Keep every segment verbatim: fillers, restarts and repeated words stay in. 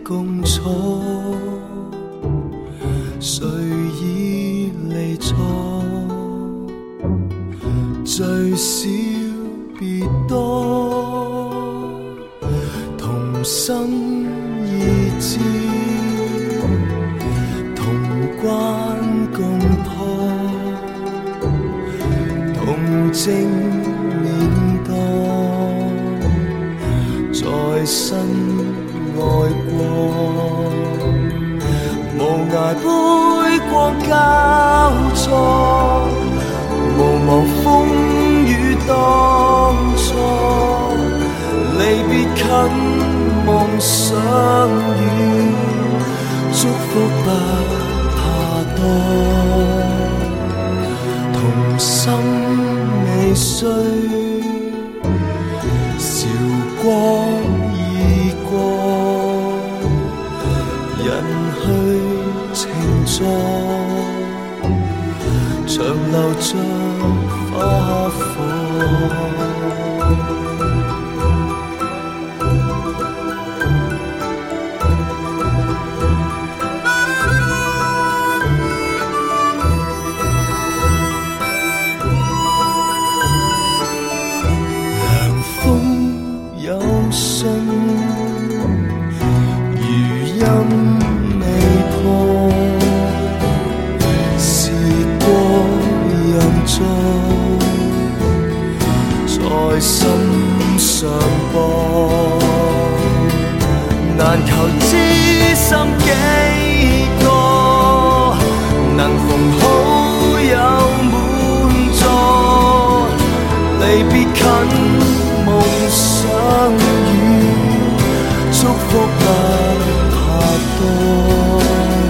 共坐，谁已离座，最少别多，同心意志，同关共破，同正面當，在身愛過，無涯杯光交錯，無望風雨當初，離別近夢想遠，祝福不怕多，同心未衰，韶光已過，人去情在，長留着花火。在心上播，難求知心幾個，能逢好友滿座，離別近夢想遠，祝福不怕多，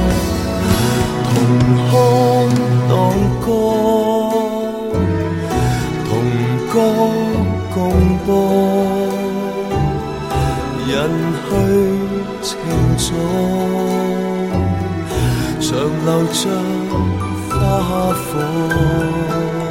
同看當歌，同歌共播，人去情在，長留着花火。